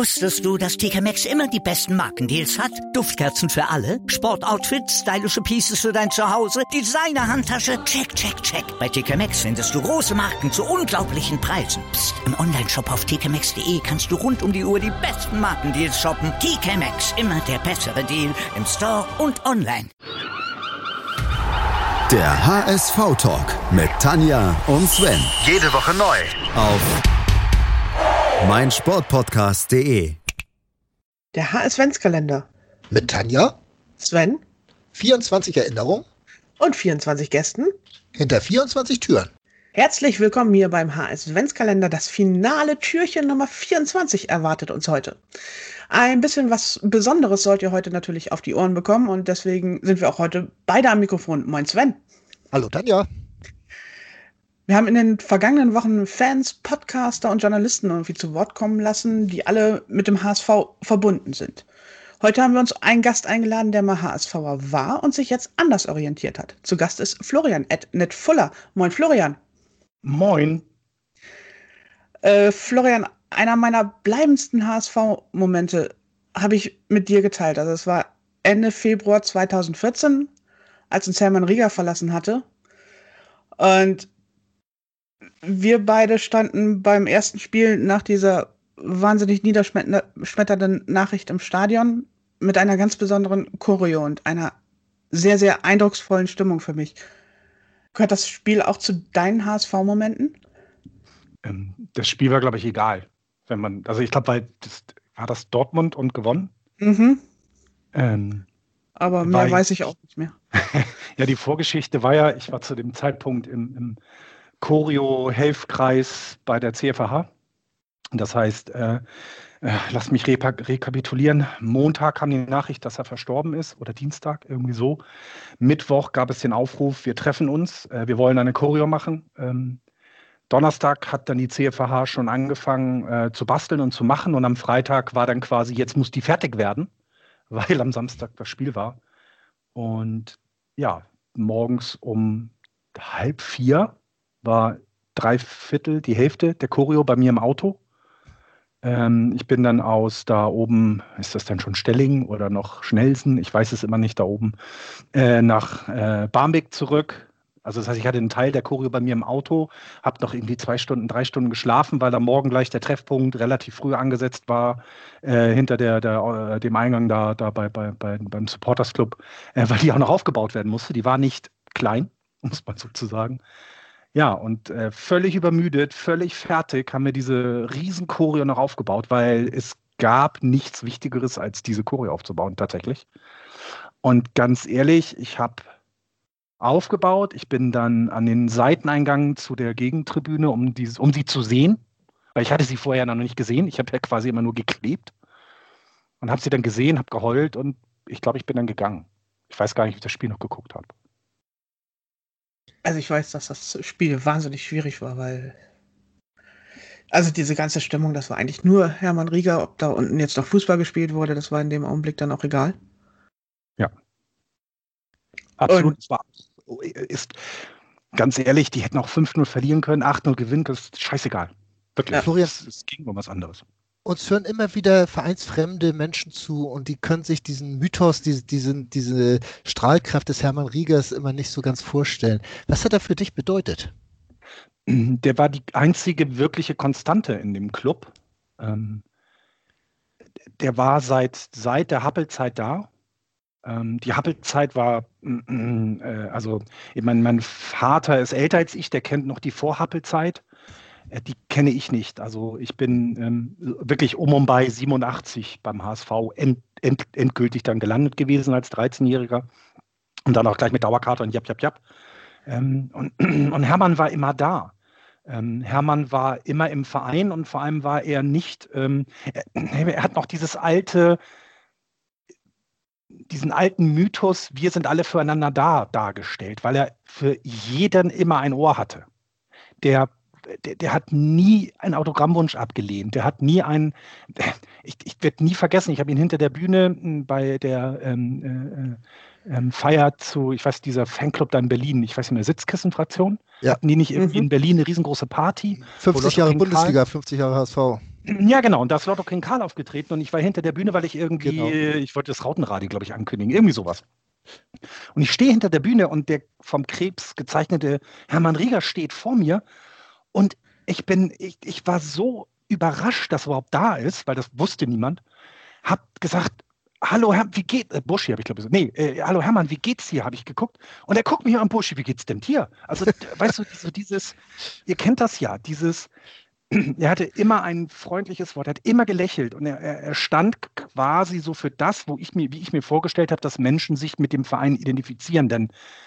Wusstest du, dass TK Maxx immer die besten Markendeals hat? Duftkerzen für alle, Sportoutfits, stylische Pieces für dein Zuhause, Designer-Handtasche, check, check, check. Bei TK Maxx findest du große Marken zu unglaublichen Preisen. Psst. Im Onlineshop auf tkmaxx.de kannst du rund um die Uhr die besten Markendeals shoppen. TK Maxx, immer der bessere Deal im Store und online. Der HSV-Talk mit Tanja und Sven. Jede Woche neu. Auf meinsportpodcast.de. Der HS-Adventskalender. Mit Tanja, Sven 24 Erinnerungen und 24 Gästen. hinter 24 Türen. Herzlich willkommen hier beim HS-Adventskalender. Das finale Türchen Nummer 24 erwartet uns heute. Ein bisschen was Besonderes sollt ihr heute natürlich auf die Ohren bekommen und deswegen sind wir auch heute beide am Mikrofon. Moin Sven. Hallo Tanja. Wir haben in den vergangenen Wochen Fans, Podcaster und Journalisten irgendwie zu Wort kommen lassen, die alle mit dem HSV verbunden sind. Heute haben wir uns einen Gast eingeladen, der mal HSVer war und sich jetzt anders orientiert hat. Zu Gast ist Florian @netfuller. Moin Florian. Moin. Florian, einer meiner bleibendsten HSV-Momente habe ich mit dir geteilt. Also es war Ende Februar 2014, als uns Hermann Rieger verlassen hatte. Und wir beide standen beim ersten Spiel nach dieser wahnsinnig niederschmetternden Nachricht im Stadion mit einer ganz besonderen Choreo und einer sehr, sehr eindrucksvollen Stimmung für mich. Gehört das Spiel auch zu deinen HSV-Momenten? Das Spiel war, glaube ich, egal. Ich glaube, weil war das Dortmund und gewonnen? Mhm. Aber mehr weiß ich auch nicht mehr. Ja, die Vorgeschichte war ja, ich war zu dem Zeitpunkt im Choreo-Helfkreis bei der CFH. Das heißt, lass mich rekapitulieren. Montag kam die Nachricht, dass er verstorben ist, oder Dienstag, irgendwie so. Mittwoch gab es den Aufruf, wir treffen uns, wir wollen eine Choreo machen. Donnerstag hat dann die CFH schon angefangen zu basteln und zu machen und am Freitag war dann quasi, jetzt muss die fertig werden, weil am Samstag das Spiel war. Und ja, morgens um 3:30 war 3/4, die Hälfte der Choreo bei mir im Auto. Ich bin dann aus da oben, ist das dann schon Stellingen oder noch Schnellsen, ich weiß es immer nicht, da oben, nach Barmbek zurück. Also das heißt, ich hatte einen Teil der Choreo bei mir im Auto, habe noch irgendwie 2 Stunden, 3 Stunden geschlafen, weil am Morgen gleich der Treffpunkt relativ früh angesetzt war, hinter dem Eingang da beim Supporters Club, weil die auch noch aufgebaut werden musste. Die war nicht klein, muss man sozusagen. Ja, und völlig übermüdet, völlig fertig haben wir diese riesen Choreo noch aufgebaut, weil es gab nichts Wichtigeres, als diese Choreo aufzubauen, tatsächlich. Und ganz ehrlich, ich habe aufgebaut, ich bin dann an den Seiteneingang zu der Gegentribüne, um sie zu sehen, weil ich hatte sie vorher noch nicht gesehen, ich habe ja quasi immer nur geklebt und habe sie dann gesehen, habe geheult und ich glaube, ich bin dann gegangen. Ich weiß gar nicht, ob ich das Spiel noch geguckt habe. Also ich weiß, dass das Spiel wahnsinnig schwierig war, weil also diese ganze Stimmung, das war eigentlich nur Hermann Rieger, ob da unten jetzt noch Fußball gespielt wurde, das war in dem Augenblick dann auch egal. Ja. Absolut. Ist ganz ehrlich, die hätten auch 5-0 verlieren können, 8-0 gewinnen, das ist scheißegal. Wirklich. Ja. Florian, es ging um was anderes. uns hören immer wieder vereinsfremde Menschen zu und die können sich diesen Mythos, diese Strahlkraft des Hermann Riegers immer nicht so ganz vorstellen. Was hat er für dich bedeutet? Der war die einzige wirkliche Konstante in dem Club. Der war seit der Happel-Zeit da. Die Happel-Zeit war, also ich meine, mein Vater ist älter als ich, der kennt noch die Vor-Happel-Zeit. Die kenne ich nicht. Also ich bin wirklich und bei 87 beim HSV endgültig dann gelandet gewesen als 13-Jähriger und dann auch gleich mit Dauerkarte und jap. Und Hermann war immer da. Hermann war immer im Verein und vor allem war er nicht, er hat noch diesen alten Mythos, wir sind alle füreinander dargestellt, weil er für jeden immer ein Ohr hatte. Der hat nie einen Autogrammwunsch abgelehnt. Der hat nie ich werde nie vergessen, ich habe ihn hinter der Bühne bei der Feier zu, ich weiß, dieser Fanclub da in Berlin, ich weiß nicht mehr, Sitzkissenfraktion? Ja. Hatten die nicht irgendwie in Berlin eine riesengroße Party? 50 Jahre Bundesliga, 50 Jahre HSV. Ja, genau. Und da ist Lotto King Karl aufgetreten und ich war hinter der Bühne, weil ich irgendwie, Genau. ich wollte das Rautenradio, glaube ich, ankündigen, irgendwie sowas. Und ich stehe hinter der Bühne und der vom Krebs gezeichnete Hermann Rieger steht vor mir und ich war so überrascht, dass er überhaupt da ist, weil das wusste niemand, hab gesagt, hallo Herr, wie geht, Buschi habe ich glaube ich, hallo Hermann, wie geht's dir, habe ich geguckt und er guckt mich an, Buschi, wie geht's denn dir? Also, weißt du, so dieses, ihr kennt das ja, dieses, er hatte immer ein freundliches Wort, er hat immer gelächelt und er stand quasi so für das, wie ich mir vorgestellt habe, dass Menschen sich mit dem Verein identifizieren. Denn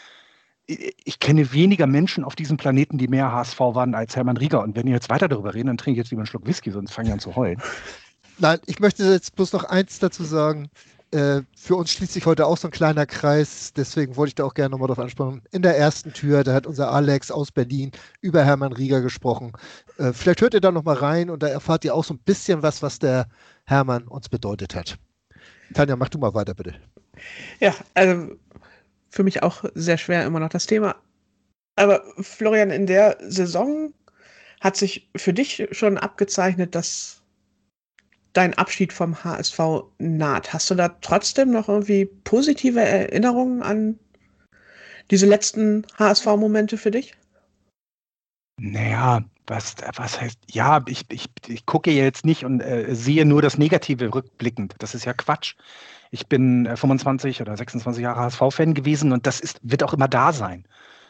ich kenne weniger Menschen auf diesem Planeten, die mehr HSV waren als Hermann Rieger. Und wenn ihr jetzt weiter darüber reden, dann trinke ich jetzt lieber einen Schluck Whisky, sonst fange ich an zu heulen. Nein, ich möchte jetzt bloß noch eins dazu sagen. Für uns schließt sich heute auch so ein kleiner Kreis, deswegen wollte ich da auch gerne nochmal drauf ansprechen. In der ersten Tür, da hat unser Alex aus Berlin über Hermann Rieger gesprochen. Vielleicht hört ihr da nochmal rein und da erfahrt ihr auch so ein bisschen was der Hermann uns bedeutet hat. Tanja, mach du mal weiter, bitte. Ja, also für mich auch sehr schwer immer noch das Thema. Aber Florian, in der Saison hat sich für dich schon abgezeichnet, dass dein Abschied vom HSV naht. Hast du da trotzdem noch irgendwie positive Erinnerungen an diese letzten HSV-Momente für dich? Naja, was heißt, ja, ich gucke jetzt nicht und sehe nur das Negative rückblickend. Das ist ja Quatsch. Ich bin 25 oder 26 Jahre HSV-Fan gewesen und wird auch immer da sein.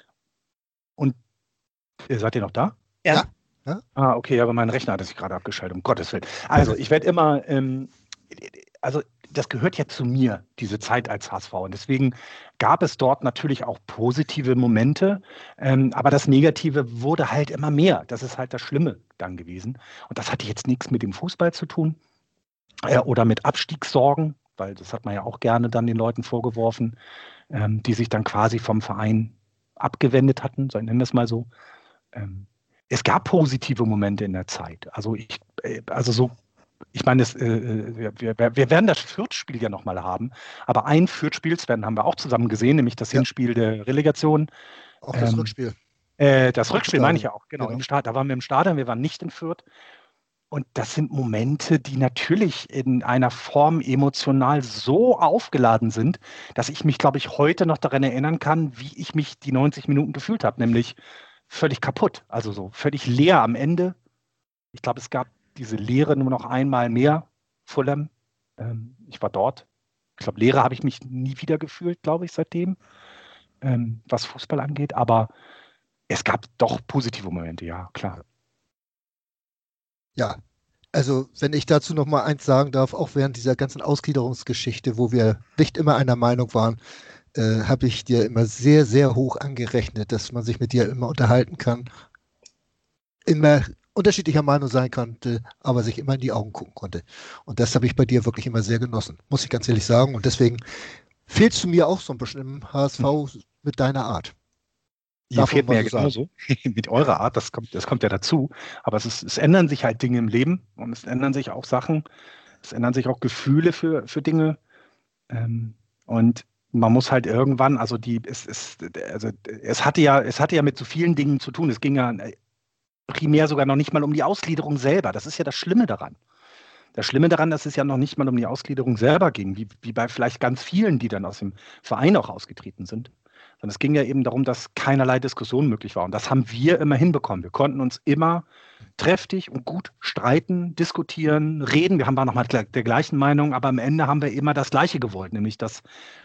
Und seid ihr noch da? Ja. Ah, okay, aber mein Rechner hat sich gerade abgeschaltet, um Gottes Willen. Also, ich werde immer, also das gehört ja zu mir, diese Zeit als HSV. Und deswegen gab es dort natürlich auch positive Momente, aber das Negative wurde halt immer mehr. Das ist halt das Schlimme dann gewesen. Und das hatte jetzt nichts mit dem Fußball zu tun oder mit Abstiegssorgen, weil das hat man ja auch gerne dann den Leuten vorgeworfen, die sich dann quasi vom Verein abgewendet hatten, so nennen wir es mal so. Es gab positive Momente in der Zeit. Ich meine, wir werden das Fürth-Spiel ja nochmal haben, aber ein Fürth-Spiel, Sven, haben wir auch zusammen gesehen, nämlich das Hinspiel der Relegation. Auch das Rückspiel. Das Rückspiel meine ich ja auch, genau. Genau. Da waren wir im Stadion, wir waren nicht in Fürth. Und das sind Momente, die natürlich in einer Form emotional so aufgeladen sind, dass ich mich, glaube ich, heute noch daran erinnern kann, wie ich mich die 90 Minuten gefühlt habe, nämlich völlig kaputt, also so völlig leer am Ende. Ich glaube, es gab diese Leere nur noch einmal mehr, Fulham. Ich war dort. Ich glaube, Leere habe ich mich nie wieder gefühlt, glaube ich, seitdem, was Fußball angeht. Aber es gab doch positive Momente, ja, klar. Ja, also wenn ich dazu noch mal eins sagen darf, auch während dieser ganzen Ausgliederungsgeschichte, wo wir nicht immer einer Meinung waren, habe ich dir immer sehr, sehr hoch angerechnet, dass man sich mit dir immer unterhalten kann, immer unterschiedlicher Meinung sein konnte, aber sich immer in die Augen gucken konnte. Und das habe ich bei dir wirklich immer sehr genossen, muss ich ganz ehrlich sagen. Und deswegen fehlst du mir auch so ein bisschen im HSV mit deiner Art. Ihr fehlt mir ja genauso mit eurer Art, das kommt ja dazu. Aber es ändern sich halt Dinge im Leben und es ändern sich auch Sachen, es ändern sich auch Gefühle für Dinge. Und man muss halt irgendwann, es hatte ja mit so vielen Dingen zu tun. Es ging ja primär sogar noch nicht mal um die Ausgliederung selber. Das ist ja das Schlimme daran. Das Schlimme daran, dass es ja noch nicht mal um die Ausgliederung selber ging, wie bei vielleicht ganz vielen, die dann aus dem Verein auch ausgetreten sind. Sondern es ging ja eben darum, dass keinerlei Diskussion möglich war. Und das haben wir immer hinbekommen. Wir konnten uns immer trefflich und gut streiten, diskutieren, reden. Wir waren nochmal der gleichen Meinung, aber am Ende haben wir immer das Gleiche gewollt, nämlich dass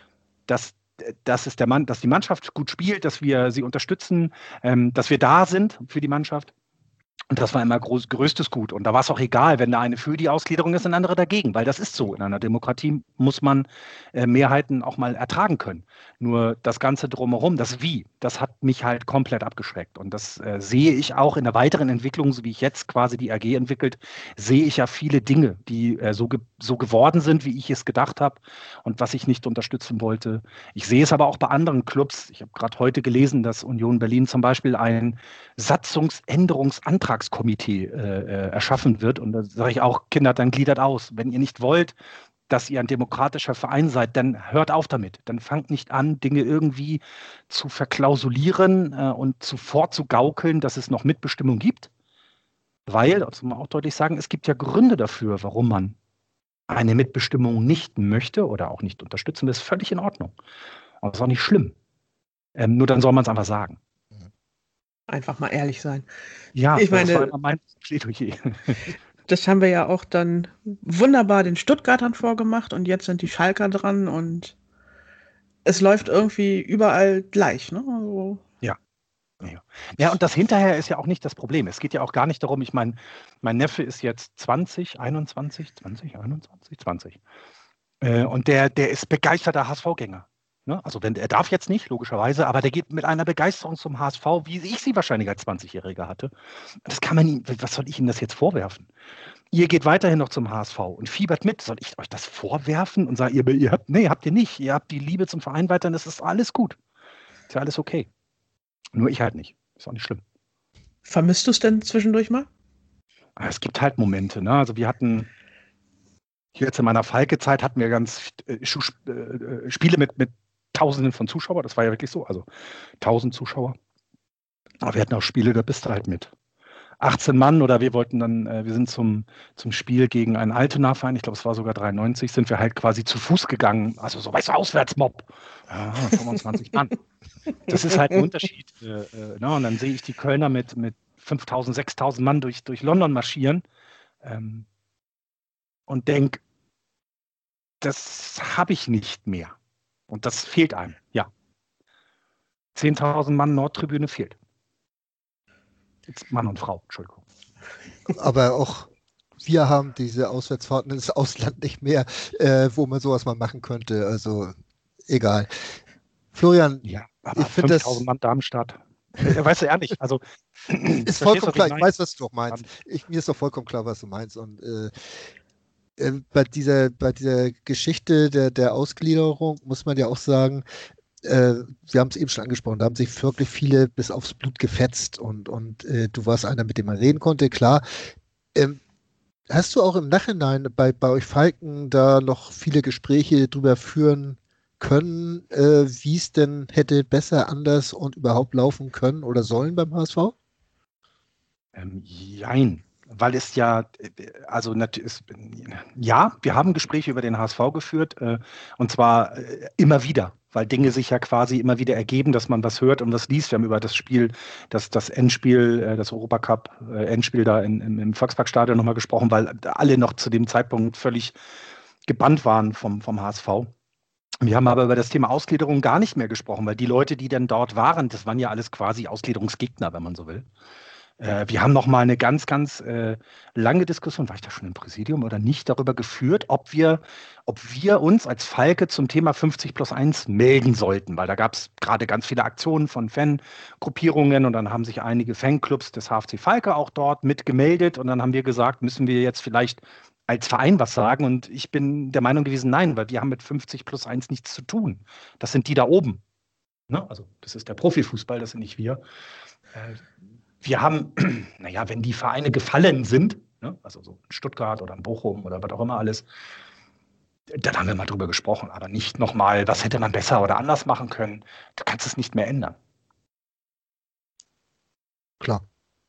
die Mannschaft gut spielt, dass wir sie unterstützen, dass wir da sind für die Mannschaft. Und das war immer größtes Gut. Und da war es auch egal, wenn der eine für die Ausgliederung ist, ein anderer dagegen, weil das ist so. In einer Demokratie muss man Mehrheiten auch mal ertragen können. Nur das Ganze drumherum, das Wie, das hat mich halt komplett abgeschreckt. Und das sehe ich auch in der weiteren Entwicklung, so wie ich jetzt quasi die AG entwickelt, sehe ich ja viele Dinge, die so geworden sind, wie ich es gedacht habe und was ich nicht unterstützen wollte. Ich sehe es aber auch bei anderen Clubs. Ich habe gerade heute gelesen, dass Union Berlin zum Beispiel ein Satzungsänderungsantragskomitee erschaffen wird. Und da sage ich auch, Kinder, dann gliedert aus. Wenn ihr nicht wollt, dass ihr ein demokratischer Verein seid, dann hört auf damit. Dann fangt nicht an, Dinge irgendwie zu verklausulieren und vorzugaukeln, dass es noch Mitbestimmung gibt. Weil, das muss man auch deutlich sagen, es gibt ja Gründe dafür, warum man eine Mitbestimmung nicht möchte oder auch nicht unterstützen. Das ist völlig in Ordnung. Aber das ist auch nicht schlimm. Nur dann soll man es einfach sagen. Einfach mal ehrlich sein. Ja, Ich das war meine, immer mein Plädoyer. das haben wir ja auch dann wunderbar den Stuttgartern vorgemacht und jetzt sind die Schalker dran und es läuft irgendwie überall gleich, ne? Also, Ja. Ja, und das hinterher ist ja auch nicht das Problem. Es geht ja auch gar nicht darum, ich meine, mein Neffe ist jetzt 20. Und der ist begeisterter HSV-Gänger. Ne? Also er darf jetzt nicht, logischerweise, aber der geht mit einer Begeisterung zum HSV, wie ich sie wahrscheinlich als 20-Jähriger hatte. Das kann man ihm, was soll ich ihm das jetzt vorwerfen? Ihr geht weiterhin noch zum HSV und fiebert mit. Soll ich euch das vorwerfen und sagen, habt ihr nicht. Ihr habt die Liebe zum Verein weiterhin, das ist alles gut. Ist ja alles okay. Nur ich halt nicht. Ist auch nicht schlimm. vermisst du es denn zwischendurch mal? Aber es gibt halt Momente, ne? Also wir hatten hier jetzt in meiner Falke-Zeit hatten wir ganz Spiele mit Tausenden von Zuschauern. Das war ja wirklich so. Also 1000 Zuschauer. Aber wir hatten auch Spiele, da bist du halt mit 18 Mann oder wir wollten dann, wir sind zum Spiel gegen einen Altena-Verein, ich glaube, es war sogar 93, sind wir halt quasi zu Fuß gegangen. Also so, weißt du, Auswärtsmob. Ja, 25 Mann. Das ist halt ein Unterschied. Ne? Und dann sehe ich die Kölner mit 5.000, 6.000 Mann durch London marschieren und denke, das habe ich nicht mehr. Und das fehlt einem, ja. 10.000 Mann Nordtribüne fehlt. Jetzt Mann und Frau, Entschuldigung. Aber auch wir haben diese Auswärtsfahrten ins Ausland nicht mehr, wo man sowas mal machen könnte. Also egal. Florian, Ja, aber ich finde 5.000 Mann Darmstadt. Weißt du ehrlich, also ist vollkommen klar. Ich meine? weiß, was du auch meinst. Mir ist doch vollkommen klar, was du meinst. Und bei dieser Geschichte der Ausgliederung muss man ja auch sagen, wir haben es eben schon angesprochen, da haben sich wirklich viele bis aufs Blut gefetzt und du warst einer, mit dem man reden konnte, klar. Hast du auch im Nachhinein bei euch Falken da noch viele Gespräche drüber führen können, wie es denn hätte besser, anders und überhaupt laufen können oder sollen beim HSV? Jein, weil es ja, also ja, wir haben Gespräche über den HSV geführt und zwar immer wieder, weil Dinge sich ja quasi immer wieder ergeben, dass man was hört und was liest. Wir haben über das Spiel, das Endspiel, das Europacup Endspiel da im Volksparkstadion nochmal gesprochen, weil alle noch zu dem Zeitpunkt völlig gebannt waren vom HSV. Wir haben aber über das Thema Ausgliederung gar nicht mehr gesprochen, weil die Leute, die dann dort waren, das waren ja alles quasi Ausgliederungsgegner, wenn man so will. Wir haben noch mal eine ganz, ganz lange Diskussion, war ich da schon im Präsidium oder nicht, darüber geführt, ob wir uns als Falke zum Thema 50+1 melden sollten, weil da gab es gerade ganz viele Aktionen von Fangruppierungen und dann haben sich einige Fanclubs des HFC Falke auch dort mitgemeldet und dann haben wir gesagt, müssen wir jetzt vielleicht als Verein was sagen und ich bin der Meinung gewesen, nein, weil wir haben mit 50+1 nichts zu tun. Das sind die da oben. Ne? Also das ist der Profifußball, das sind nicht wir. Wir haben, naja, wenn die Vereine gefallen sind, ne, also so in Stuttgart oder in Bochum oder was auch immer alles, dann haben wir mal drüber gesprochen, aber nicht nochmal, was hätte man besser oder anders machen können. Du kannst es nicht mehr ändern. Klar.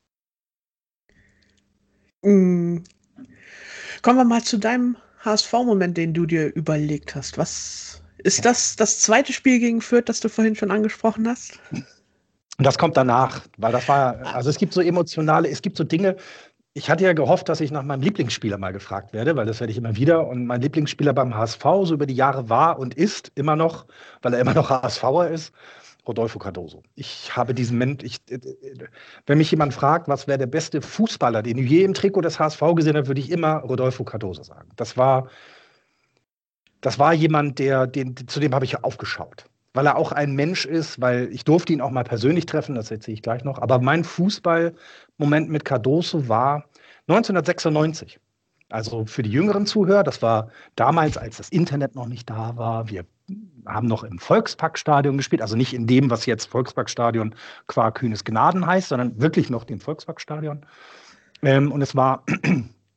Kommen wir mal zu deinem HSV-Moment, den du dir überlegt hast. Was ist das zweite Spiel gegen Fürth, das du vorhin schon angesprochen hast? Und das kommt danach, weil das war, also es gibt so Dinge, ich hatte ja gehofft, dass ich nach meinem Lieblingsspieler mal gefragt werde, weil das werde ich immer wieder. Und mein Lieblingsspieler beim HSV so über die Jahre war und ist immer noch, weil er immer noch HSVer ist, Rodolfo Cardoso. Ich habe diesen Mensch, wenn mich jemand fragt, was wäre der beste Fußballer, den du je im Trikot des HSV gesehen hast, würde ich immer Rodolfo Cardoso sagen. Das war jemand, zu dem habe ich aufgeschaut. Weil er auch ein Mensch ist, weil ich durfte ihn auch mal persönlich treffen, das erzähle ich gleich noch. Aber mein Fußballmoment mit Cardoso war 1996. Also für die jüngeren Zuhörer, das war damals, als das Internet noch nicht da war. Wir haben noch im Volksparkstadion gespielt, also nicht in dem, was jetzt Volksparkstadion qua Kühnes Gnaden heißt, sondern wirklich noch dem Volksparkstadion. Und es war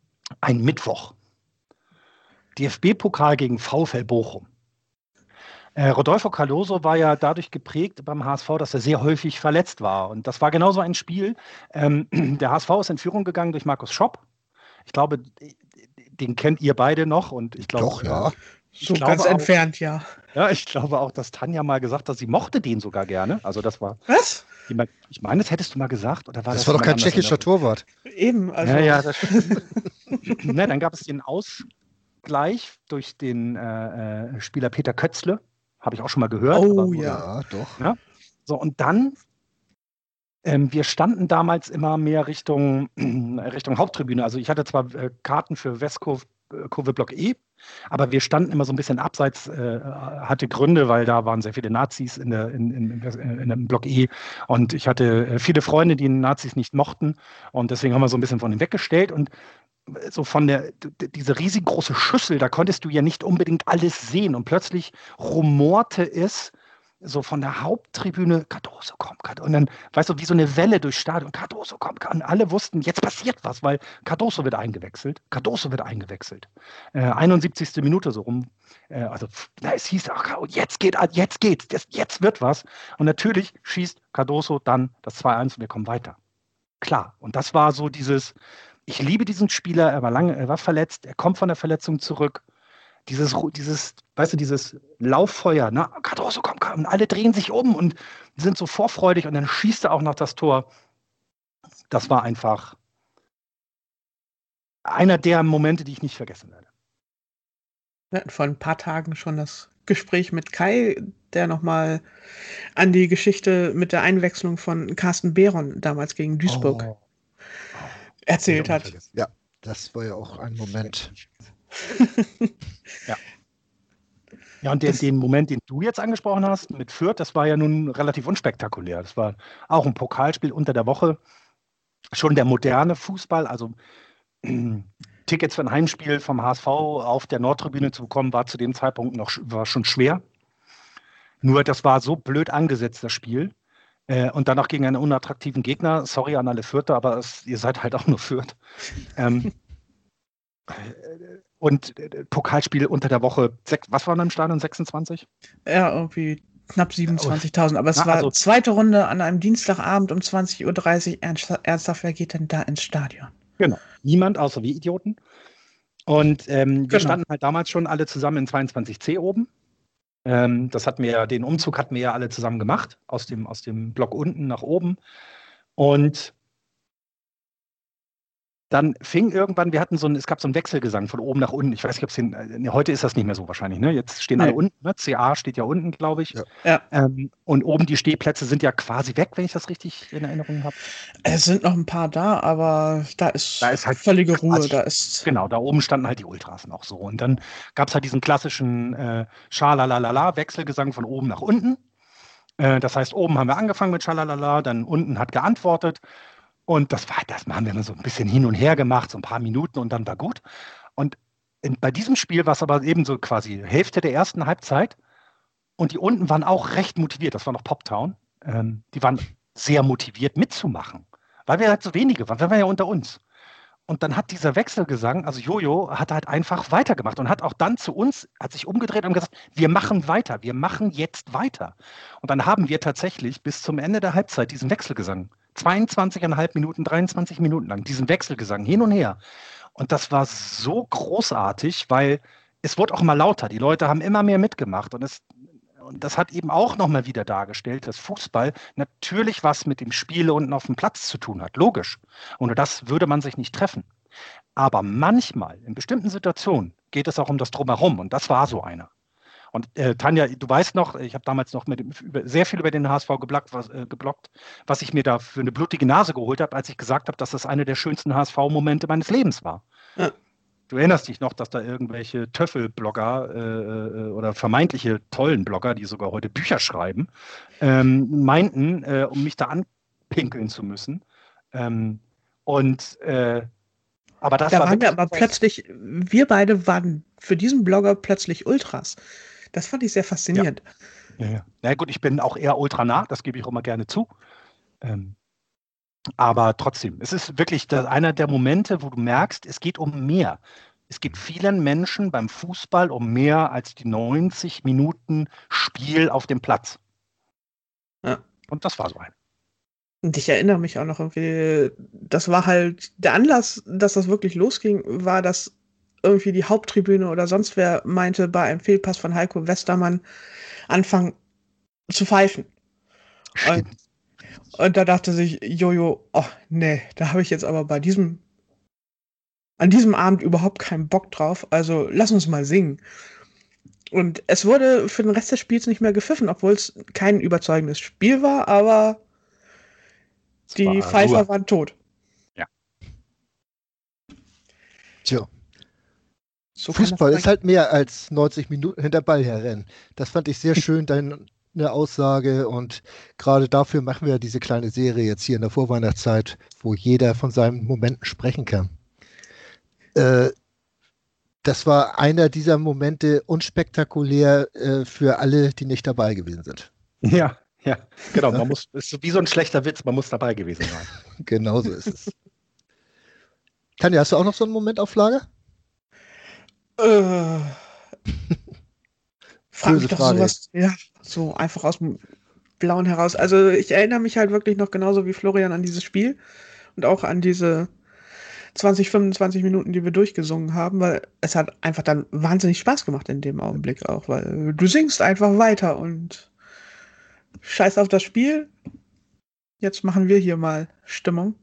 ein Mittwoch. DFB-Pokal gegen VfL Bochum. Rodolfo Cardoso war ja dadurch geprägt beim HSV, dass er sehr häufig verletzt war. Und das war genauso ein Spiel. Der HSV ist in Führung gegangen durch Markus Schopp. Ich glaube, den kennt ihr beide noch. Und ich glaube, Doch, ja. So ganz entfernt, ja. Ja, ich glaube auch, dass Tanja mal gesagt hat, sie mochte den sogar gerne. Also das war. Was? Ich meine, das hättest du mal gesagt. Oder war das war doch kein tschechischer Torwart. Eben. Also. Ja, das ne, dann gab es den Ausgleich durch den Spieler Peter Kötzle. Habe ich auch schon mal gehört. Oh aber, Ja, doch. Ja? So, und dann, wir standen damals immer mehr Richtung Haupttribüne. Also ich hatte zwar Karten für Westkurve Block E, aber wir standen immer so ein bisschen abseits, hatte Gründe, weil da waren sehr viele Nazis in dem Block E und ich hatte viele Freunde, die Nazis nicht mochten und deswegen haben wir so ein bisschen von ihnen weggestellt und so diese riesengroße Schüssel, da konntest du ja nicht unbedingt alles sehen und plötzlich rumorte es so von der Haupttribüne, Cardoso kommt, und dann, weißt du, wie so eine Welle durchs Stadion, Cardoso kommt, und alle wussten, jetzt passiert was, weil Cardoso wird eingewechselt. 71. Minute so rum, es hieß, jetzt wird was. Und natürlich schießt Cardoso dann das 2-1 und wir kommen weiter. Klar, und das war so dieses, ich liebe diesen Spieler, er war verletzt, er kommt von der Verletzung zurück. Dieses, weißt du, dieses Lauffeuer, ne? Cardoso kommt, und alle drehen sich um und sind so vorfreudig und dann schießt er auch noch das Tor. Das war einfach einer der Momente, die ich nicht vergessen werde. Wir hatten vor ein paar Tagen schon das Gespräch mit Kai, der nochmal an die Geschichte mit der Einwechslung von Carsten Behron damals gegen Duisburg erzählt hat. Ja, das war ja auch ein Moment. Ja, und den Moment, den du jetzt angesprochen hast mit Fürth, das war ja nun relativ unspektakulär. Das war auch ein Pokalspiel unter der Woche. Schon der moderne Fußball, also Tickets für ein Heimspiel vom HSV auf der Nordtribüne zu bekommen, war zu dem Zeitpunkt war schon schwer. Nur das war so blöd angesetzt, das Spiel. Und dann auch gegen einen unattraktiven Gegner. Sorry an alle Fürther, aber ihr seid halt auch nur Fürth. Und Pokalspiel unter der Woche, was waren im Stadion, 26? Ja, irgendwie knapp 27.000. Aber es war zweite Runde an einem Dienstagabend um 20.30 Uhr. Ernsthaft, wer geht denn da ins Stadion? Genau, niemand außer wir Idioten. Und wir standen halt damals schon alle zusammen in 22C oben. Den Umzug hatten wir ja alle zusammen gemacht, aus dem Block unten nach oben. Und dann fing irgendwann, es gab so einen Wechselgesang von oben nach unten. Ich weiß nicht, ob es heute ist das nicht mehr so wahrscheinlich. Ne? Jetzt stehen alle unten. Ne? CA steht ja unten, glaube ich. Ja. Und oben die Stehplätze sind ja quasi weg, wenn ich das richtig in Erinnerung habe. Es sind noch ein paar da, aber da ist halt völlige Ruhe. Genau, da oben standen halt die Ultras noch so. Und dann gab es halt diesen klassischen Schalalala, Wechselgesang von oben nach unten. Das heißt, oben haben wir angefangen mit Schalalala, dann unten hat geantwortet. Und das haben wir immer so ein bisschen hin und her gemacht, so ein paar Minuten und dann war gut. Und bei diesem Spiel war es aber eben so quasi Hälfte der ersten Halbzeit und die unten waren auch recht motiviert, das war noch Poptown, die waren sehr motiviert mitzumachen, weil wir halt so wenige waren, wir waren ja unter uns. Und dann hat dieser Wechselgesang, also Jojo, hat halt einfach weitergemacht und hat auch dann zu uns, hat sich umgedreht und gesagt, wir machen weiter, wir machen jetzt weiter. Und dann haben wir tatsächlich bis zum Ende der Halbzeit diesen Wechselgesang 22,5 Minuten, 23 Minuten lang, diesen Wechselgesang hin und her. Und das war so großartig, weil es wurde auch immer lauter. Die Leute haben immer mehr mitgemacht. Und das hat eben auch nochmal wieder dargestellt, dass Fußball natürlich was mit dem Spiel unten auf dem Platz zu tun hat. Logisch. Ohne das würde man sich nicht treffen. Aber manchmal, in bestimmten Situationen, geht es auch um das Drumherum. Und das war so einer. Und Tanja, du weißt noch, ich habe damals noch sehr viel über den HSV geblockt, was ich mir da für eine blutige Nase geholt habe, als ich gesagt habe, dass das eine der schönsten HSV-Momente meines Lebens war. Ja. Du erinnerst dich noch, dass da irgendwelche Töffel-Blogger oder vermeintliche tollen Blogger, die sogar heute Bücher schreiben, meinten, um mich da anpinkeln zu müssen. Aber das da war waren wir aber plötzlich, wir beide waren für diesen Blogger plötzlich Ultras. Das fand ich sehr faszinierend. Ja. Na gut, ich bin auch eher ultranah, das gebe ich auch immer gerne zu. Aber trotzdem, es ist wirklich einer der Momente, wo du merkst, es geht um mehr. es geht vielen Menschen beim Fußball um mehr als die 90 Minuten Spiel auf dem Platz. Ja. Und das war so ein. Und ich erinnere mich auch noch irgendwie, das war halt der Anlass, dass das wirklich losging, war, dass irgendwie die Haupttribüne oder sonst wer meinte, bei einem Fehlpass von Heiko Westermann anfangen zu pfeifen. Und da dachte sich Jojo, oh nee, da habe ich jetzt aber an diesem Abend überhaupt keinen Bock drauf, also lass uns mal singen. Und es wurde für den Rest des Spiels nicht mehr gepfiffen, obwohl es kein überzeugendes Spiel war, aber die Pfeifer waren tot. Ja. Tja. So Fußball ist halt mehr als 90 Minuten hinter Ball herrennen. Das fand ich sehr schön, deine Aussage. Und gerade dafür machen wir diese kleine Serie jetzt hier in der Vorweihnachtszeit, wo jeder von seinen Momenten sprechen kann. Das war einer dieser Momente unspektakulär für alle, die nicht dabei gewesen sind. Ja, genau. Man muss, ist wie so ein schlechter Witz, man muss dabei gewesen sein. Genau so ist es. Tanja, hast du auch noch so einen Moment auf Lager? Frag mich doch sowas, ja, so einfach aus dem Blauen heraus. Also ich erinnere mich halt wirklich noch genauso wie Florian an dieses Spiel und auch an diese 20, 25 Minuten, die wir durchgesungen haben, weil es hat einfach dann wahnsinnig Spaß gemacht in dem Augenblick auch, weil du singst einfach weiter und scheiß auf das Spiel. Jetzt machen wir hier mal Stimmung.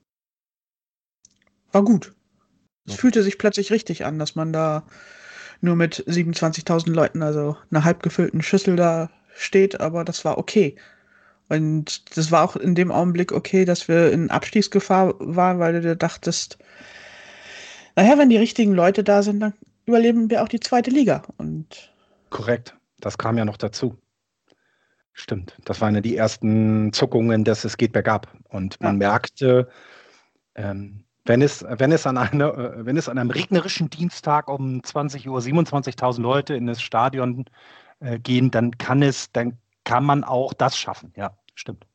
War gut. Es fühlte sich plötzlich richtig an, dass man da nur mit 27.000 Leuten, also einer halb gefüllten Schüssel da steht, aber das war okay. Und das war auch in dem Augenblick okay, dass wir in Abstiegsgefahr waren, weil du dir dachtest, naja, wenn die richtigen Leute da sind, dann überleben wir auch die zweite Liga. Und korrekt, das kam ja noch dazu. Stimmt, das waren ja die ersten Zuckungen, dass es geht bergab. Und man merkte, wenn es an einem regnerischen Dienstag um 20 Uhr 27.000 Leute in das Stadion gehen, dann kann man auch das schaffen. Ja, stimmt.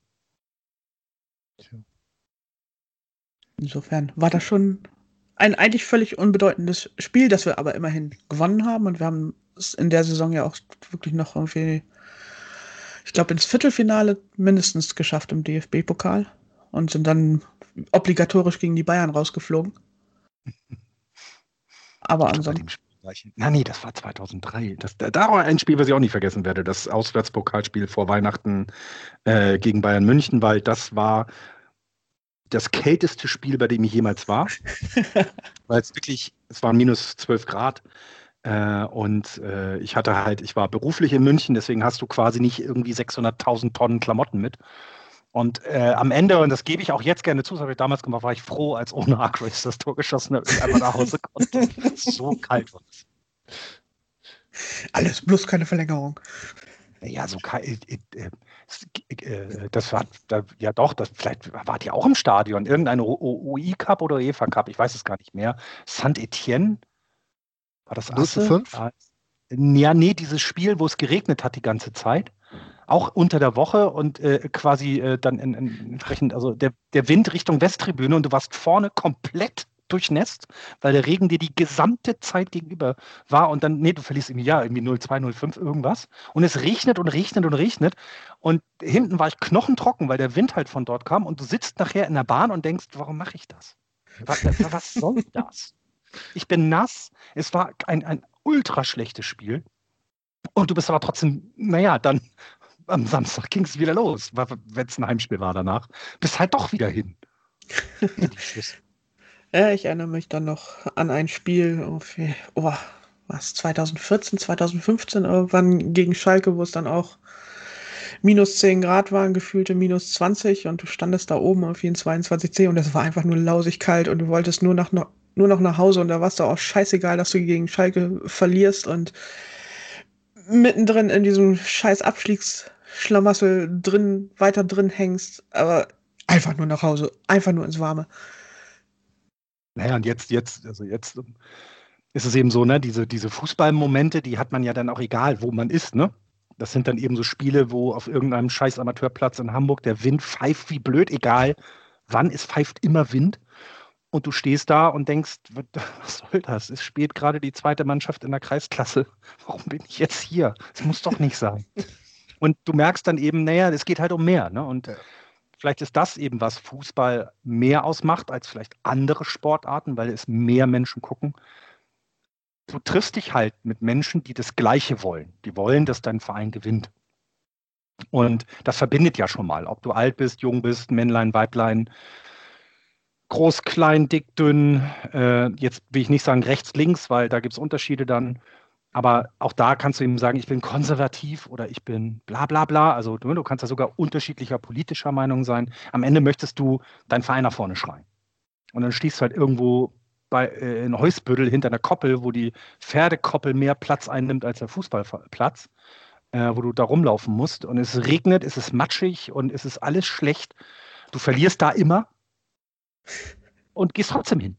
Insofern war das schon ein eigentlich völlig unbedeutendes Spiel, das wir aber immerhin gewonnen haben. Und wir haben es in der Saison ja auch wirklich noch irgendwie, ich glaube, ins Viertelfinale mindestens geschafft im DFB-Pokal und sind dann obligatorisch gegen die Bayern rausgeflogen. Aber ansonsten. Nee, das war 2003. Da war ein Spiel, was ich auch nicht vergessen werde. Das Auswärtspokalspiel vor Weihnachten gegen Bayern München, weil das war das kälteste Spiel, bei dem ich jemals war. Weil es waren minus 12 Grad. Und ich war beruflich in München, deswegen hast du quasi nicht irgendwie 600.000 Tonnen Klamotten mit. Und am Ende, und das gebe ich auch jetzt gerne zu, das habe ich damals gemacht, war ich froh, als ohne Hargreaves das Tor geschossen hat und einmal nach Hause konnte. So kalt war es. Alles, bloß keine Verlängerung. Ja, so kalt. Das war, vielleicht wart ihr auch im Stadion, irgendeine UI-Cup oder UEFA-Cup, ich weiß es gar nicht mehr. Saint-Etienne, war das Asse? 05? Ja, nee, dieses Spiel, wo es geregnet hat die ganze Zeit. Auch unter der Woche und quasi dann entsprechend, also der Wind Richtung Westtribüne und du warst vorne komplett durchnässt, weil der Regen dir die gesamte Zeit gegenüber war und dann, du verlierst irgendwie 0,2, 0,5 irgendwas und es regnet und regnet und regnet und hinten war ich knochentrocken, weil der Wind halt von dort kam und du sitzt nachher in der Bahn und denkst, warum mache ich das? Was soll das? Ich bin nass, es war ein ultra schlechtes Spiel und du bist aber trotzdem, dann am Samstag ging es wieder los, wenn es ein Heimspiel war danach. Bist halt doch wieder hin. Ja, ich erinnere mich dann noch an ein Spiel, 2014, 2015 irgendwann gegen Schalke, wo es dann auch minus 10 Grad waren, gefühlte minus 20 und du standest da oben auf jeden 22C und es war einfach nur lausig kalt und du wolltest nur noch nach Hause und da war es doch auch scheißegal, dass du gegen Schalke verlierst und mittendrin in diesem scheiß Abstiegsschlamassel weiter drin hängst, aber einfach nur nach Hause, einfach nur ins Warme. Naja, und jetzt ist es eben so, ne, diese Fußballmomente, die hat man ja dann auch egal, wo man ist, ne? Das sind dann eben so Spiele, wo auf irgendeinem scheiß Amateurplatz in Hamburg der Wind pfeift wie blöd, egal wann, es pfeift immer Wind. Und du stehst da und denkst, was soll das? Es spielt gerade die zweite Mannschaft in der Kreisklasse. Warum bin ich jetzt hier? Das muss doch nicht sein. Und du merkst dann eben, naja, es geht halt um mehr. Ne? Und vielleicht ist das eben, was Fußball mehr ausmacht als vielleicht andere Sportarten, weil es mehr Menschen gucken. Du triffst dich halt mit Menschen, die das Gleiche wollen. Die wollen, dass dein Verein gewinnt. Und das verbindet ja schon mal, ob du alt bist, jung bist, Männlein, Weiblein, groß, klein, dick, dünn. Jetzt will ich nicht sagen rechts, links, weil da gibt es Unterschiede dann. Aber auch da kannst du eben sagen, ich bin konservativ oder ich bin bla bla bla. Also du kannst ja sogar unterschiedlicher politischer Meinung sein. Am Ende möchtest du deinen Verein nach vorne schreien. Und dann stehst du halt irgendwo in Heusbüttel hinter einer Koppel, wo die Pferdekoppel mehr Platz einnimmt als der Fußballplatz, wo du da rumlaufen musst. Und es regnet, es ist matschig und es ist alles schlecht. Du verlierst da immer und gehst trotzdem hin.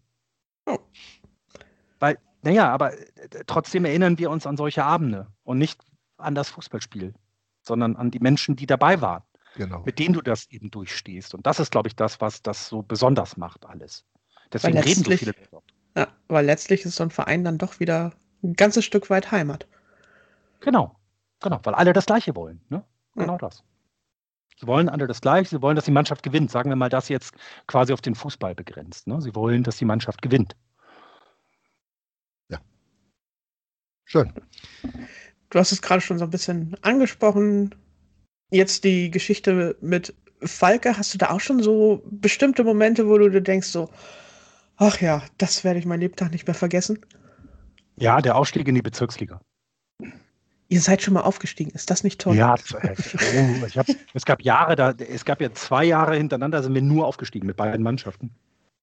Weil, naja, aber trotzdem erinnern wir uns an solche Abende und nicht an das Fußballspiel, sondern an die Menschen, die dabei waren, mit denen du das eben durchstehst. Und das ist, glaube ich, das, was das so besonders macht, alles. Deswegen reden so viele darüber. Ja, weil letztlich ist so ein Verein dann doch wieder ein ganzes Stück weit Heimat. Genau, weil alle das Gleiche wollen. Ne? Genau das. Sie wollen alle das Gleiche, sie wollen, dass die Mannschaft gewinnt. Sagen wir mal das jetzt quasi auf den Fußball begrenzt. Ne? Sie wollen, dass die Mannschaft gewinnt. Ja. Schön. Du hast es gerade schon so ein bisschen angesprochen. Jetzt die Geschichte mit Falke. Hast du da auch schon so bestimmte Momente, wo du dir denkst so, ach ja, das werde ich mein Lebtag nicht mehr vergessen? Ja, der Aufstieg in die Bezirksliga. Ihr seid schon mal aufgestiegen, ist das nicht toll? Ja, es gab Jahre, es gab ja 2 Jahre hintereinander, sind wir nur aufgestiegen mit beiden Mannschaften.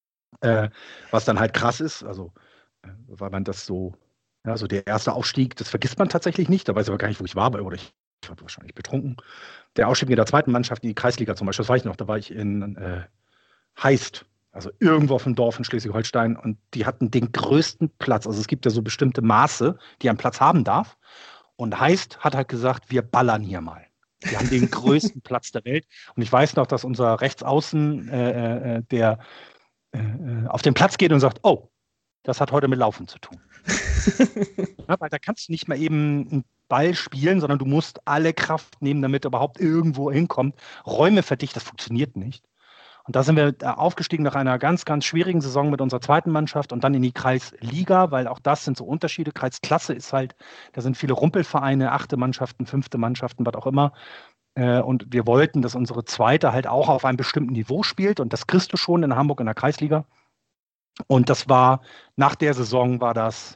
Was dann halt krass ist, also weil man das so, ja, so der erste Aufstieg, das vergisst man tatsächlich nicht, da weiß ich aber gar nicht, wo ich war, oder ich war wahrscheinlich betrunken. Der Aufstieg in der zweiten Mannschaft, die Kreisliga zum Beispiel, das weiß ich noch, da war ich in Heist, also irgendwo auf dem Dorf in Schleswig-Holstein, und die hatten den größten Platz, also es gibt ja so bestimmte Maße, die ein Platz haben darf. Und Heist hat halt gesagt, wir ballern hier mal. Wir haben den größten Platz der Welt. Und ich weiß noch, dass unser Rechtsaußen, der auf den Platz geht und sagt, oh, das hat heute mit Laufen zu tun. Ja, weil da kannst du nicht mehr eben einen Ball spielen, sondern du musst alle Kraft nehmen, damit er überhaupt irgendwo hinkommt. Räume verdichtet, das funktioniert nicht. Und da sind wir aufgestiegen nach einer ganz, ganz schwierigen Saison mit unserer zweiten Mannschaft und dann in die Kreisliga, weil auch das sind so Unterschiede. Kreisklasse ist halt, da sind viele Rumpelvereine, 8. Mannschaften, 5. Mannschaften, was auch immer. Und wir wollten, dass unsere zweite halt auch auf einem bestimmten Niveau spielt. Und das kriegst du schon in Hamburg in der Kreisliga. Und das war, nach der Saison war das,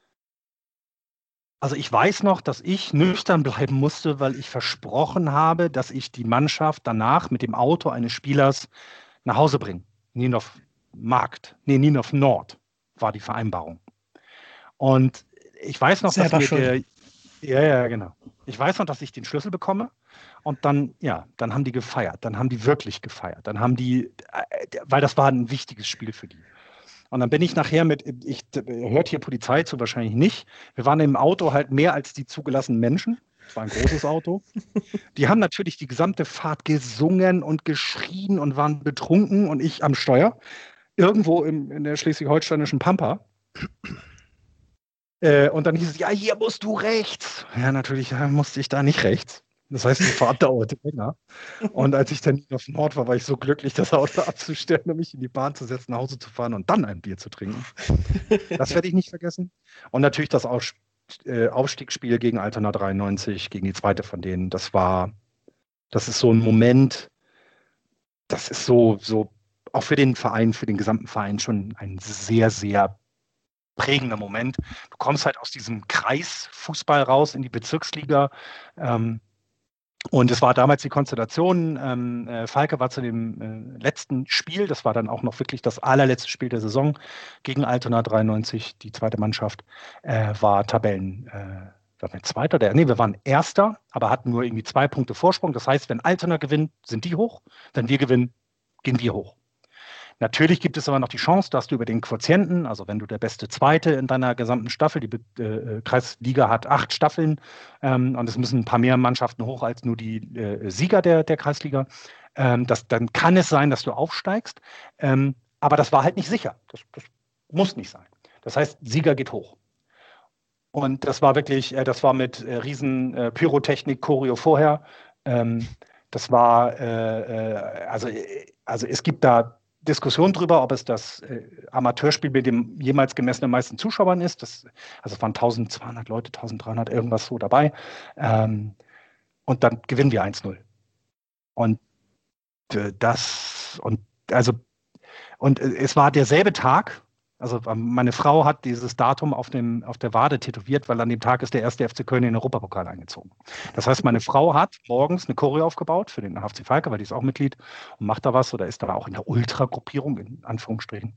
also ich weiß noch, dass ich nüchtern bleiben musste, weil ich versprochen habe, dass ich die Mannschaft danach mit dem Auto eines Spielers nach Hause bringe. Nienhoff Nord war die Vereinbarung. Und ich weiß noch, dass genau. Ich weiß noch, dass ich den Schlüssel bekomme. Und dann haben die gefeiert. Dann haben die wirklich gefeiert. Dann haben die, weil das war ein wichtiges Spiel für die. Und dann bin ich nachher hört hier Polizei zu, wahrscheinlich nicht. Wir waren im Auto halt mehr als die zugelassenen Menschen. Es war ein großes Auto. Die haben natürlich die gesamte Fahrt gesungen und geschrien und waren betrunken und ich am Steuer. Irgendwo in der schleswig-holsteinischen Pampa. Und dann hieß es, ja, hier musst du rechts. Ja, natürlich musste ich da nicht rechts. Das heißt, die Fahrt dauerte länger. Und als ich dann auf Nord war ich so glücklich, das Auto abzustellen, um mich in die Bahn zu setzen, nach Hause zu fahren und dann ein Bier zu trinken. Das werde ich nicht vergessen. Und natürlich das Aufstiegsspiel gegen Altona 93, gegen die zweite von denen. Das ist so ein Moment, das ist so auch für den Verein, für den gesamten Verein schon ein sehr, sehr prägender Moment. Du kommst halt aus diesem Kreisfußball raus in die Bezirksliga. Und es war damals die Konstellation, Falke war zu dem letzten Spiel, das war dann auch noch wirklich das allerletzte Spiel der Saison gegen Altona 93, die zweite Mannschaft, war waren wir Zweiter? Wir waren Erster, aber hatten nur irgendwie 2 Punkte Vorsprung. Das heißt, wenn Altona gewinnt, sind die hoch, wenn wir gewinnen, gehen wir hoch. Natürlich gibt es aber noch die Chance, dass du über den Quotienten, also wenn du der beste Zweite in deiner gesamten Staffel, die Kreisliga hat 8 Staffeln und es müssen ein paar mehr Mannschaften hoch als nur die Sieger der Kreisliga, dann kann es sein, dass du aufsteigst. Aber das war halt nicht sicher. Das muss nicht sein. Das heißt, Sieger geht hoch. Und das war wirklich, das war mit riesen Pyrotechnik, Choreo vorher. Das war, also es gibt da Diskussion drüber, ob es das Amateurspiel mit dem jemals gemessenen meisten Zuschauern ist. Also es waren 1200 Leute, 1300, irgendwas so dabei. Und dann gewinnen wir 1-0. Und es war derselbe Tag. Also meine Frau hat dieses Datum auf der Wade tätowiert, weil an dem Tag ist der erste FC Köln in den Europapokal eingezogen. Das heißt, meine Frau hat morgens eine Choreo aufgebaut für den HFC Falke, weil die ist auch Mitglied und macht da was oder ist da auch in der Ultra-Gruppierung, in Anführungsstrichen.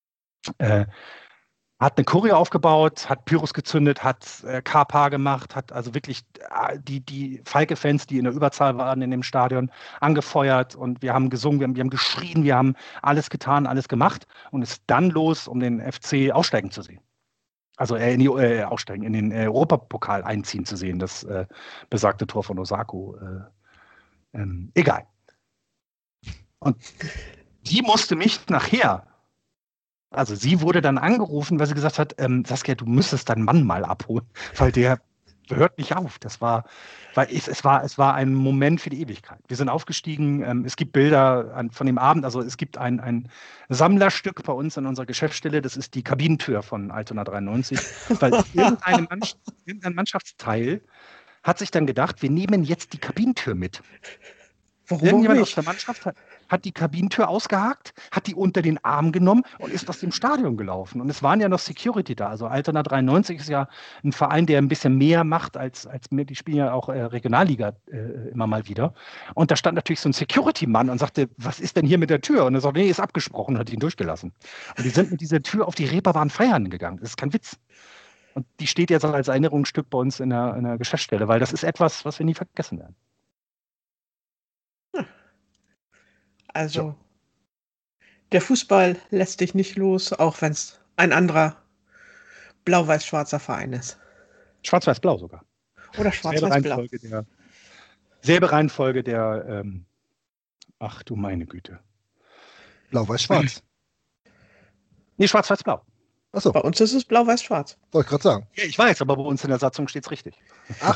Hat eine Choreo aufgebaut, hat Pyros gezündet, hat Kapa gemacht, hat also wirklich die Falke-Fans, die in der Überzahl waren in dem Stadion, angefeuert und wir haben gesungen, wir haben geschrien, wir haben alles getan, alles gemacht und ist dann los, um den FC aussteigen zu sehen. Also in den Europapokal einziehen zu sehen, das besagte Tor von Osako. Egal. Und die musste mich nachher. Also sie wurde dann angerufen, weil sie gesagt hat, Saskia, du müsstest deinen Mann mal abholen, weil der hört nicht auf. Es war ein Moment für die Ewigkeit. Wir sind aufgestiegen, es gibt Bilder von dem Abend, also es gibt ein Sammlerstück bei uns in unserer Geschäftsstelle, das ist die Kabinentür von Altona 93, weil irgendein Mannschaftsteil hat sich dann gedacht, wir nehmen jetzt die Kabinentür mit. Warum Irgendjemand nicht? aus der Mannschaft hat die Kabinentür ausgehakt, hat die unter den Arm genommen und ist aus dem Stadion gelaufen. Und es waren ja noch Security da. Also Altona 93 ist ja ein Verein, der ein bisschen mehr macht als mir. Die spielen ja auch Regionalliga immer mal wieder. Und da stand natürlich so ein Security-Mann und sagte, was ist denn hier mit der Tür? Und er sagte, nee, ist abgesprochen und hat ihn durchgelassen. Und die sind mit dieser Tür auf die Reeperbahn feiern gegangen. Das ist kein Witz. Und die steht jetzt als Erinnerungsstück bei uns in der Geschäftsstelle, weil das ist etwas, was wir nie vergessen werden. Also, der Fußball lässt dich nicht los, auch wenn es ein anderer blau-weiß-schwarzer Verein ist. Schwarz-weiß-blau sogar. Oder schwarz-weiß-blau. Selbe Reihenfolge der ach du meine Güte. Blau-weiß-schwarz. Nee, schwarz-weiß-blau. Achso, Bei uns ist es blau-weiß-schwarz. wollte ich gerade sagen. Ja, ich weiß, aber bei uns in der Satzung steht es richtig. Ach,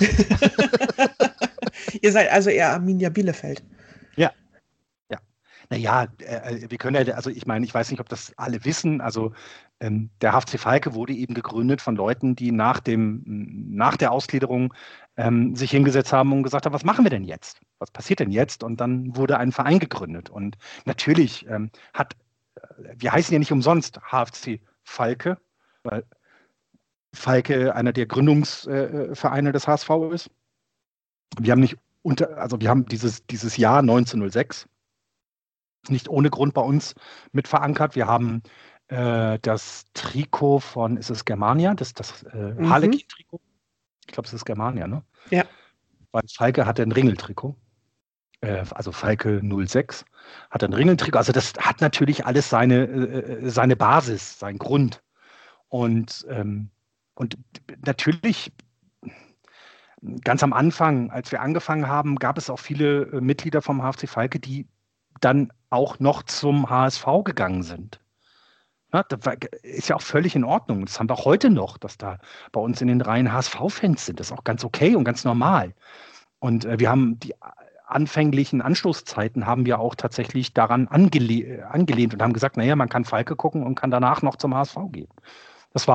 Ihr seid also eher Arminia Bielefeld. Ja. Naja, wir können ja, also ich meine, ich weiß nicht, ob das alle wissen, also der HFC Falke wurde eben gegründet von Leuten, die nach der Ausgliederung sich hingesetzt haben und gesagt haben, was machen wir denn jetzt? Was passiert denn jetzt? Und dann wurde ein Verein gegründet. Und natürlich wir heißen ja nicht umsonst HFC Falke, weil Falke einer der Gründungsvereine des HSV ist. Wir haben dieses Jahr 1906 nicht ohne Grund bei uns mit verankert. Wir haben das Trikot von, ist es Germania? Das Harlequin-Trikot? Ich glaube, es ist Germania, ne? Ja. Weil Falke hatte ein Ringeltrikot. Also Falke 06 hat ein Ringeltrikot. Also das hat natürlich alles seine Basis, seinen Grund. Und natürlich ganz am Anfang, als wir angefangen haben, gab es auch viele Mitglieder vom HFC Falke, die dann auch noch zum HSV gegangen sind. Ja, das ist ja auch völlig in Ordnung. Das haben wir auch heute noch, dass da bei uns in den Reihen HSV-Fans sind. Das ist auch ganz okay und ganz normal. Und wir haben die anfänglichen Anstoßzeiten haben wir auch tatsächlich daran angelehnt und haben gesagt, naja, man kann Falke gucken und kann danach noch zum HSV gehen. Das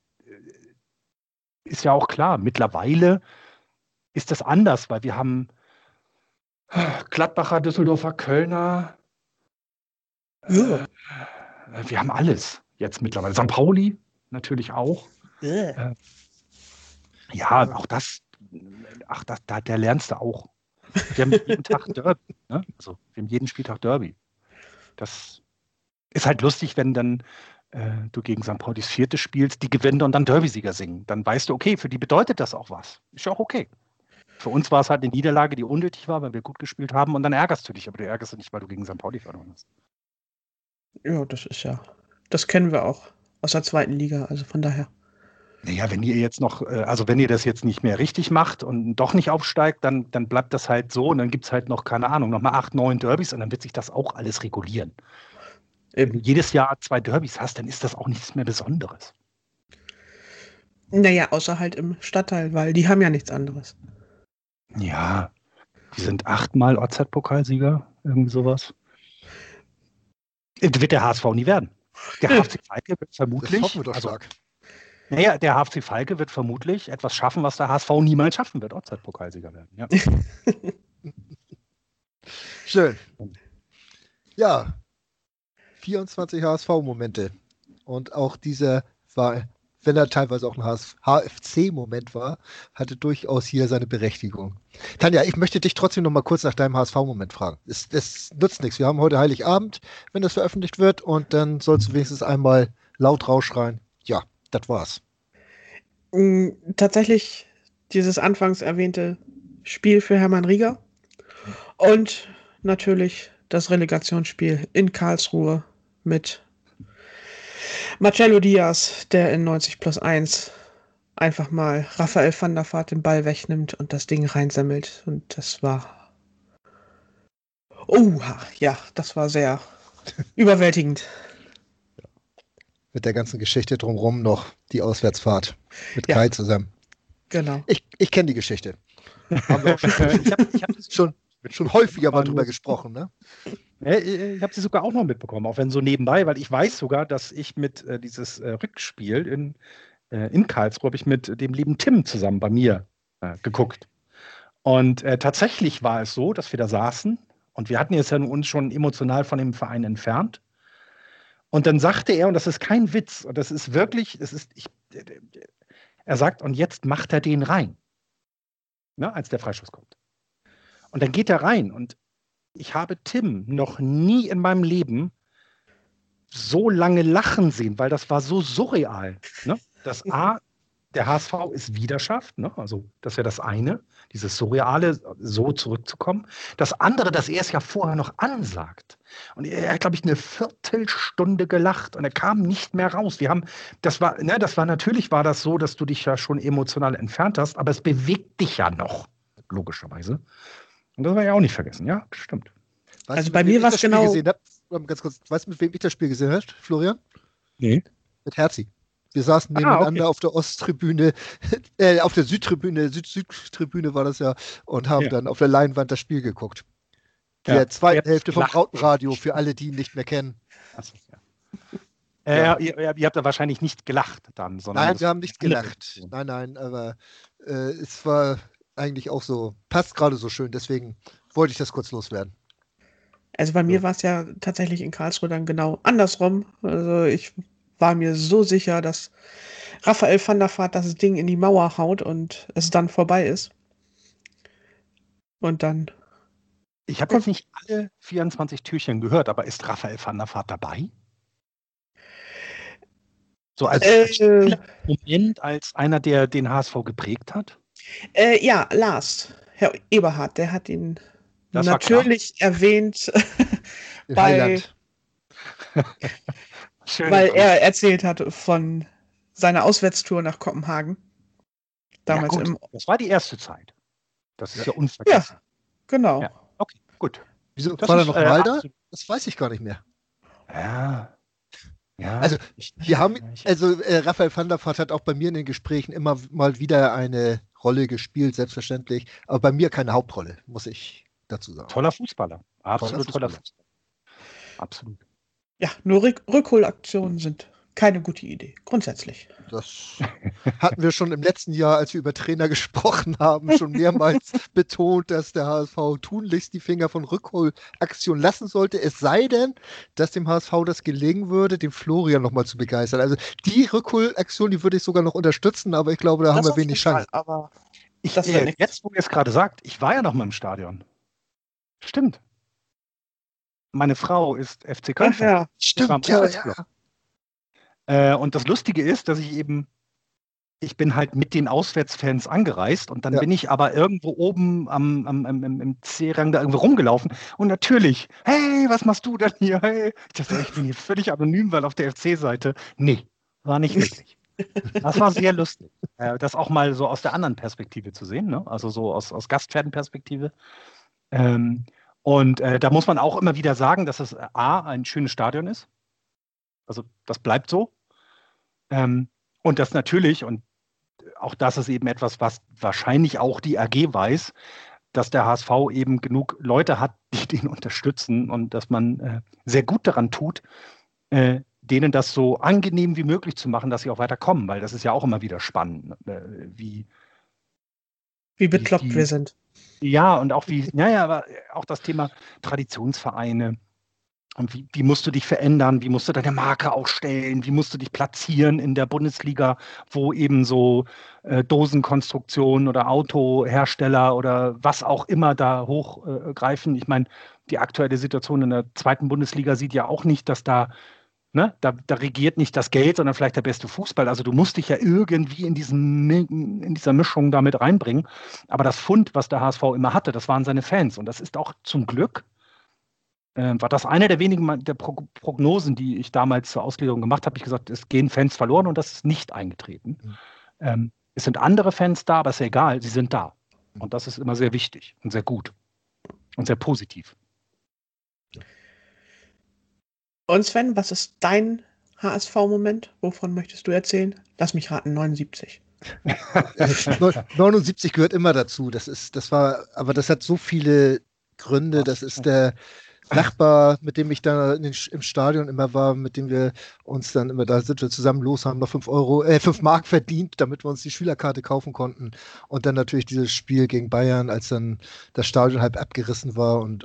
ist ja auch klar. Mittlerweile ist das anders, weil wir haben Gladbacher, Düsseldorfer, Kölner. Wir haben alles jetzt mittlerweile. St. Pauli natürlich auch. Ja, auch das. Da lernst du auch. Wir haben jeden Tag Derby. Ne? Also, wir haben jeden Spieltag Derby. Das ist halt lustig, wenn dann du gegen St. Pauli das 4. spielst, die gewinnen und dann Derby-Sieger singen. Dann weißt du, okay, für die bedeutet das auch was. Ist ja auch okay. Für uns war es halt eine Niederlage, die unnötig war, weil wir gut gespielt haben und dann ärgerst du dich, aber du ärgerst dich nicht, weil du gegen St. Pauli verloren hast. Ja, das kennen wir auch aus der 2. Liga, also von daher. Naja, wenn ihr das jetzt nicht mehr richtig macht und doch nicht aufsteigt, dann bleibt das halt so und dann gibt es halt noch, keine Ahnung, nochmal 8, 9 Derbys und dann wird sich das auch alles regulieren. Wenn du jedes Jahr 2 Derbys hast, dann ist das auch nichts mehr Besonderes. Naja, außer halt im Stadtteil, weil die haben ja nichts anderes. Ja, die sind 8-mal OZ-Pokalsieger, irgendwie sowas. Wird der HSV nie werden. Der HFC Falke wird vermutlich, Das hoffen wir doch stark. Naja, der HFC Falke wird vermutlich etwas schaffen, was der HSV niemals schaffen wird, OZ-Pokalsieger werden. Ja. Schön. Ja, 24 HSV-Momente. Und auch dieser war, wenn er teilweise auch ein HFC-Moment war, hatte durchaus hier seine Berechtigung. Tanja, ich möchte dich trotzdem noch mal kurz nach deinem HSV-Moment fragen. Es nützt nichts. Wir haben heute Heiligabend, wenn das veröffentlicht wird, und dann sollst du wenigstens einmal laut rausschreien. Ja, das war's. Tatsächlich dieses anfangs erwähnte Spiel für Hermann Rieger und natürlich das Relegationsspiel in Karlsruhe mit Marcelo Diaz, der in 90+1 einfach mal Raphael van der Vaart den Ball wegnimmt und das Ding reinsemmelt. Und das war... ja, das war sehr überwältigend. Mit der ganzen Geschichte drumherum noch die Auswärtsfahrt mit Ja. Kai zusammen. Genau. Ich kenne die Geschichte. Haben wir auch schon häufiger mal drüber gesprochen, ne? Ich habe sie sogar auch noch mitbekommen, auch wenn so nebenbei, weil ich weiß sogar, dass ich mit dieses Rückspiel in Karlsruhe habe ich mit dem lieben Tim zusammen bei mir geguckt. Und tatsächlich war es so, dass wir da saßen und wir hatten jetzt ja uns schon emotional von dem Verein entfernt. Und dann sagte er, und das ist kein Witz, und das ist wirklich, er sagt, und jetzt macht er den rein, ne, als der Freischuss kommt. Und dann geht er rein und ich habe Tim noch nie in meinem Leben so lange lachen sehen, weil das war so surreal. Ne? Das der HSV ist wieder schafft, ne? Also das ist ja das eine, dieses Surreale, so zurückzukommen. Das andere, dass er es ja vorher noch ansagt. Und er hat, glaube ich, eine Viertelstunde gelacht und er kam nicht mehr raus. Natürlich war das so, dass du dich ja schon emotional entfernt hast, aber es bewegt dich ja noch, logischerweise. Und das war ja auch nicht vergessen, ja, stimmt. Weißt Also du, bei mit wem mir ich war's das Spiel genau- gesehen hab? Ganz kurz, weißt du, mit wem ich das Spiel gesehen habe, Florian? Nee. Mit Herzi. Wir saßen nebeneinander okay. auf der Osttribüne, auf der Südtribüne, Südtribüne war das ja, und haben dann auf der Leinwand das Spiel geguckt. Der zweiten Hälfte vom Rautenradio, für alle, die ihn nicht mehr kennen. Achso, ja. Ihr habt da wahrscheinlich nicht gelacht dann, sondern. Nein, wir haben nicht gelacht. Nein, aber es war eigentlich auch so, passt gerade so schön, deswegen wollte ich das kurz loswerden. Also bei mir war es ja tatsächlich in Karlsruhe dann genau andersrum. Also ich war mir so sicher, dass Raphael van der Vaart das Ding in die Mauer haut und es dann vorbei ist. Und dann... Ich habe jetzt nicht alle 24 Türchen gehört, aber ist Raphael van der Vaart dabei? So als Moment, als einer, der den HSV geprägt hat? Ja, Lars, Herr Eberhard, der hat ihn Das war natürlich erwähnt, In bei, Heiland. Schön. weil er erzählt hat von seiner Auswärtstour nach Kopenhagen. Damals ja, gut. im... Das war die erste Zeit. Das ist ja unvergessen. Ja, genau. Ja. Okay, gut. Wieso Das war da ist, noch mal da? absolut. Das weiß ich gar nicht mehr. Ja. Also, Raphael van der Vaart hat auch bei mir in den Gesprächen immer mal wieder eine Rolle gespielt, selbstverständlich. Aber bei mir keine Hauptrolle, muss ich dazu sagen. Toller Fußballer. Absolut toller Fußballer. Absolut. Ja, nur Rückholaktionen sind keine gute Idee, grundsätzlich. Das hatten wir schon im letzten Jahr, als wir über Trainer gesprochen haben, schon mehrmals betont, dass der HSV tunlichst die Finger von Rückholaktionen lassen sollte. Es sei denn, dass dem HSV das gelingen würde, den Florian nochmal zu begeistern. Also die Rückholaktion, die würde ich sogar noch unterstützen, aber ich glaube, da haben wir wenig Chance. Aber Jetzt, wo ihr es gerade sagt, ich war ja noch mal im Stadion. Stimmt. Meine Frau ist FC Köln-Fan. ja, Stimmt, ja. Und das Lustige ist, dass ich bin halt mit den Auswärtsfans angereist und dann bin ich aber irgendwo oben im C-Rang da irgendwo rumgelaufen und natürlich, hey, was machst du denn hier? Hey. Ich dachte, ich bin hier völlig anonym, weil auf der FC-Seite, nee, war nicht möglich. Das war sehr lustig, das auch mal so aus der anderen Perspektive zu sehen, ne? Also so aus Gastfanperspektive. Und da muss man auch immer wieder sagen, dass es A, ein schönes Stadion ist. Also das bleibt so. Und das natürlich, und auch das ist eben etwas, was wahrscheinlich auch die AG weiß, dass der HSV eben genug Leute hat, die den unterstützen und dass man sehr gut daran tut, denen das so angenehm wie möglich zu machen, dass sie auch weiterkommen, weil das ist ja auch immer wieder spannend, wie bekloppt wir sind. Ja, und auch aber auch das Thema Traditionsvereine. Und wie musst du dich verändern? Wie musst du deine Marke aufstellen? Wie musst du dich platzieren in der Bundesliga, wo eben so Dosenkonstruktionen oder Autohersteller oder was auch immer da hochgreifen? Ich meine, die aktuelle Situation in der zweiten Bundesliga sieht ja auch nicht, dass da regiert nicht das Geld, sondern vielleicht der beste Fußball. Also du musst dich ja irgendwie in dieser Mischung damit reinbringen. Aber das Fund, was der HSV immer hatte, das waren seine Fans. Und das ist auch zum Glück, war das eine der wenigen der Prognosen, die ich damals zur Ausgliederung gemacht habe. Ich gesagt, es gehen Fans verloren und das ist nicht eingetreten. Es sind andere Fans da, aber ist ja egal, sie sind da. Und das ist immer sehr wichtig und sehr gut und sehr positiv. Und Sven, was ist dein HSV-Moment? Wovon möchtest du erzählen? Lass mich raten, 79. 79 gehört immer dazu. Das hat so viele Gründe. Das ist der Nachbar, mit dem ich da im Stadion immer war, mit dem wir uns dann immer, da sind wir zusammen los, haben noch 5 Mark verdient, damit wir uns die Schülerkarte kaufen konnten. Und dann natürlich dieses Spiel gegen Bayern, als dann das Stadion halb abgerissen war und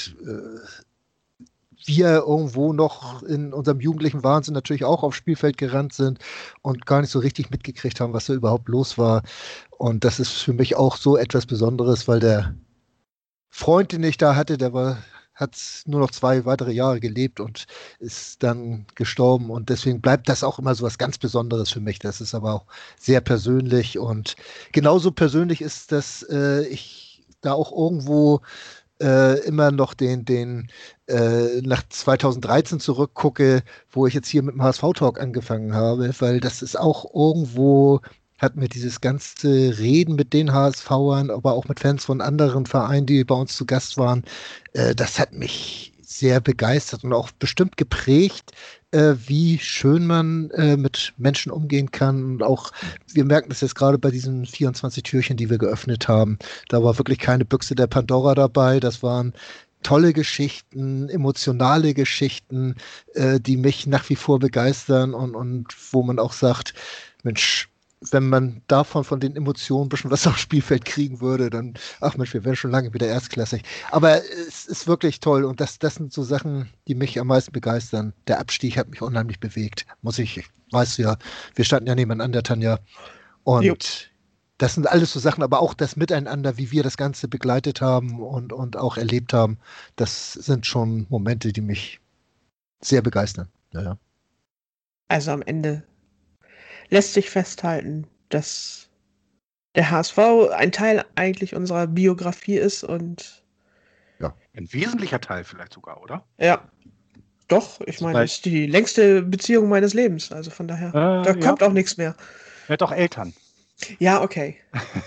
wir irgendwo noch in unserem jugendlichen Wahnsinn natürlich auch aufs Spielfeld gerannt sind und gar nicht so richtig mitgekriegt haben, was da überhaupt los war. Und das ist für mich auch so etwas Besonderes, weil der Freund, den ich da hatte, hat nur noch 2 weitere Jahre gelebt und ist dann gestorben. Und deswegen bleibt das auch immer so was ganz Besonderes für mich. Das ist aber auch sehr persönlich. Und genauso persönlich ist, dass ich da auch irgendwo immer noch den nach 2013 zurückgucke, wo ich jetzt hier mit dem HSV-Talk angefangen habe, weil das ist auch irgendwo, hat mir dieses ganze Reden mit den HSVern, aber auch mit Fans von anderen Vereinen, die bei uns zu Gast waren, das hat mich sehr begeistert und auch bestimmt geprägt, wie schön man mit Menschen umgehen kann. Und auch, wir merken das jetzt gerade bei diesen 24 Türchen, die wir geöffnet haben. Da war wirklich keine Büchse der Pandora dabei. Das waren tolle Geschichten, emotionale Geschichten, die mich nach wie vor begeistern und wo man auch sagt, Mensch, wenn man von den Emotionen ein bisschen was aufs Spielfeld kriegen würde, dann, ach Mensch, wir wären schon lange wieder erstklassig. Aber es ist wirklich toll und das sind so Sachen, die mich am meisten begeistern. Der Abstieg hat mich unheimlich bewegt, weißt du ja, wir standen ja nebeneinander, Tanja. Und das sind alles so Sachen, aber auch das Miteinander, wie wir das Ganze begleitet haben und auch erlebt haben, das sind schon Momente, die mich sehr begeistern. Ja. Also am Ende lässt sich festhalten, dass der HSV ein Teil eigentlich unserer Biografie ist und ein wesentlicher Teil vielleicht sogar, oder? Ja, doch. Ich meine, das ist die längste Beziehung meines Lebens. Also von daher, da kommt auch nichts mehr. Er hat auch Eltern. Ja, okay.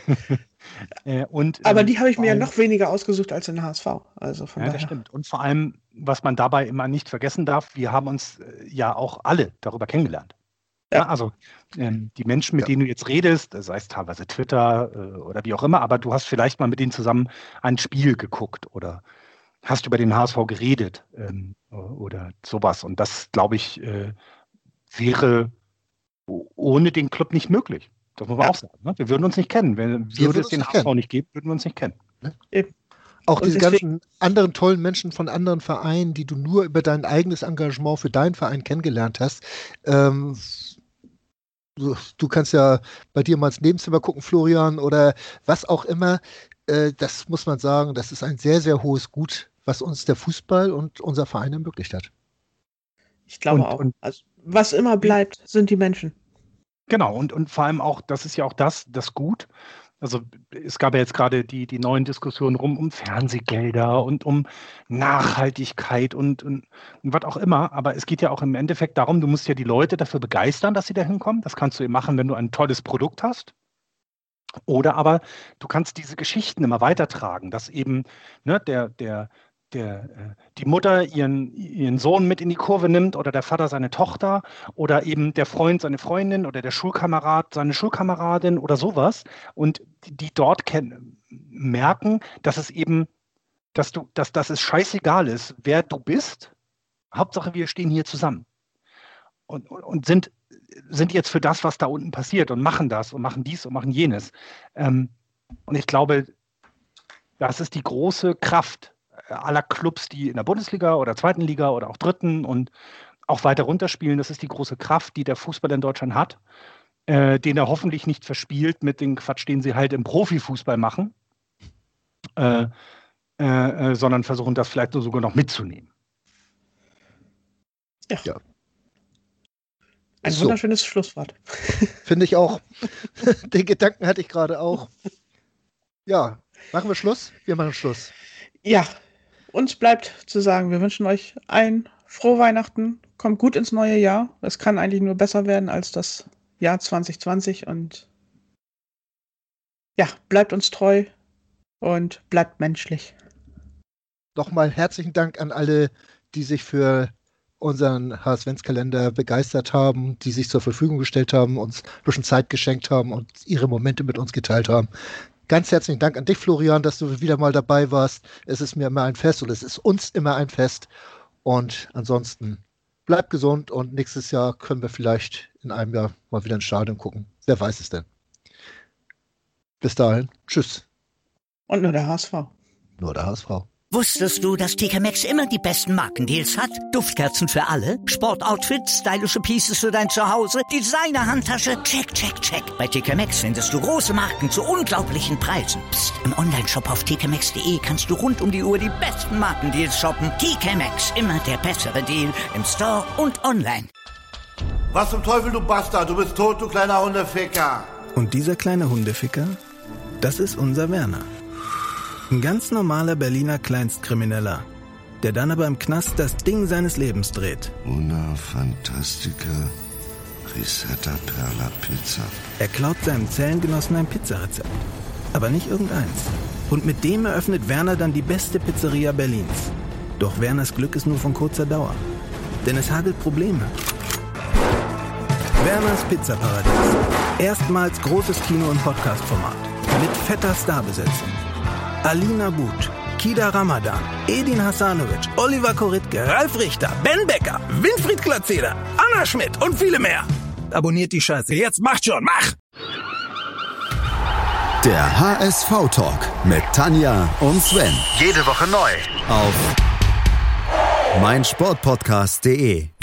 Aber die habe ich mir ja noch weniger ausgesucht als den HSV. Also von daher. Das stimmt. Und vor allem, was man dabei immer nicht vergessen darf, wir haben uns ja auch alle darüber kennengelernt. Ja. Also die Menschen, mit denen du jetzt redest, sei es teilweise Twitter oder wie auch immer, aber du hast vielleicht mal mit denen zusammen ein Spiel geguckt oder hast über den HSV geredet oder sowas. Und das, glaube ich, wäre ohne den Club nicht möglich. Das muss man auch sagen. Ne? Wir würden uns nicht kennen. Würde es den HSV nicht geben, würden wir uns nicht kennen. Eben. Auch diese ganzen anderen tollen Menschen von anderen Vereinen, die du nur über dein eigenes Engagement für deinen Verein kennengelernt hast. Du kannst ja bei dir mal ins Nebenzimmer gucken, Florian, oder was auch immer. Das muss man sagen, das ist ein sehr, sehr hohes Gut, was uns der Fußball und unser Verein ermöglicht hat. Ich glaube auch. Also, was immer bleibt, sind die Menschen. Genau, und vor allem auch, das ist ja auch das Gut. Also es gab ja jetzt gerade die neuen Diskussionen um Fernsehgelder und um Nachhaltigkeit und was auch immer. Aber es geht ja auch im Endeffekt darum, du musst ja die Leute dafür begeistern, dass sie da hinkommen. Das kannst du eben machen, wenn du ein tolles Produkt hast. Oder aber du kannst diese Geschichten immer weitertragen, dass eben der die Mutter ihren Sohn mit in die Kurve nimmt oder der Vater seine Tochter oder eben der Freund seine Freundin oder der Schulkamerad seine Schulkameradin oder sowas und die dort merken, dass es eben, dass es scheißegal ist, wer du bist. Hauptsache, wir stehen hier zusammen und sind jetzt für das, was da unten passiert und machen das und machen dies und machen jenes. Und ich glaube, das ist die große Kraft aller Clubs, die in der Bundesliga oder zweiten Liga oder auch dritten und auch weiter runterspielen. Das ist die große Kraft, die der Fußball in Deutschland hat, den er hoffentlich nicht verspielt mit dem Quatsch, den sie halt im Profifußball machen, sondern versuchen, das vielleicht sogar noch mitzunehmen. Ja. Ein wunderschönes Schlusswort. Finde ich auch. Den Gedanken hatte ich gerade auch. Ja, machen wir Schluss? Wir machen Schluss. Ja, uns bleibt zu sagen, wir wünschen euch ein frohe Weihnachten, kommt gut ins neue Jahr. Es kann eigentlich nur besser werden als das Jahr 2020 und ja, bleibt uns treu und bleibt menschlich. Nochmal herzlichen Dank an alle, die sich für unseren HSV-Kalender begeistert haben, die sich zur Verfügung gestellt haben, uns ein bisschen Zeit geschenkt haben und ihre Momente mit uns geteilt haben. Ganz herzlichen Dank an dich, Florian, dass du wieder mal dabei warst. Es ist mir immer ein Fest und es ist uns immer ein Fest. Und ansonsten bleib gesund und nächstes Jahr können wir vielleicht in einem Jahr mal wieder ins Stadion gucken. Wer weiß es denn? Bis dahin. Tschüss. Und nur der HSV. Nur der HSV. Wusstest du, dass TK Maxx immer die besten Markendeals hat? Duftkerzen für alle, Sportoutfits, stylische Pieces für dein Zuhause, Designer-Handtasche, check, check, check. Bei TK Maxx findest du große Marken zu unglaublichen Preisen. Psst. Im Onlineshop auf tkmaxx.de kannst du rund um die Uhr die besten Markendeals shoppen. TK Maxx, immer der bessere Deal im Store und online. Was zum Teufel, du Bastard? Du bist tot, du kleiner Hundeficker. Und dieser kleine Hundeficker, das ist unser Werner. Ein ganz normaler Berliner Kleinstkrimineller, der dann aber im Knast das Ding seines Lebens dreht. Una Fantastica Risetta Perla Pizza. Er klaut seinem Zellengenossen ein Pizzarezept, aber nicht irgendeins. Und mit dem eröffnet Werner dann die beste Pizzeria Berlins. Doch Werners Glück ist nur von kurzer Dauer, denn es hagelt Probleme. Werners Pizzaparadies. Erstmals großes Kino- und Podcast-Format. Mit fetter Starbesetzung. Alina But, Kida Ramadan, Edin Hasanovic, Oliver Koritke, Ralf Richter, Ben Becker, Winfried Glatzeder, Anna Schmidt und viele mehr. Abonniert die Scheiße. Jetzt macht schon, mach! Der HSV-Talk mit Tanja und Sven. Jede Woche neu. Auf meinsportpodcast.de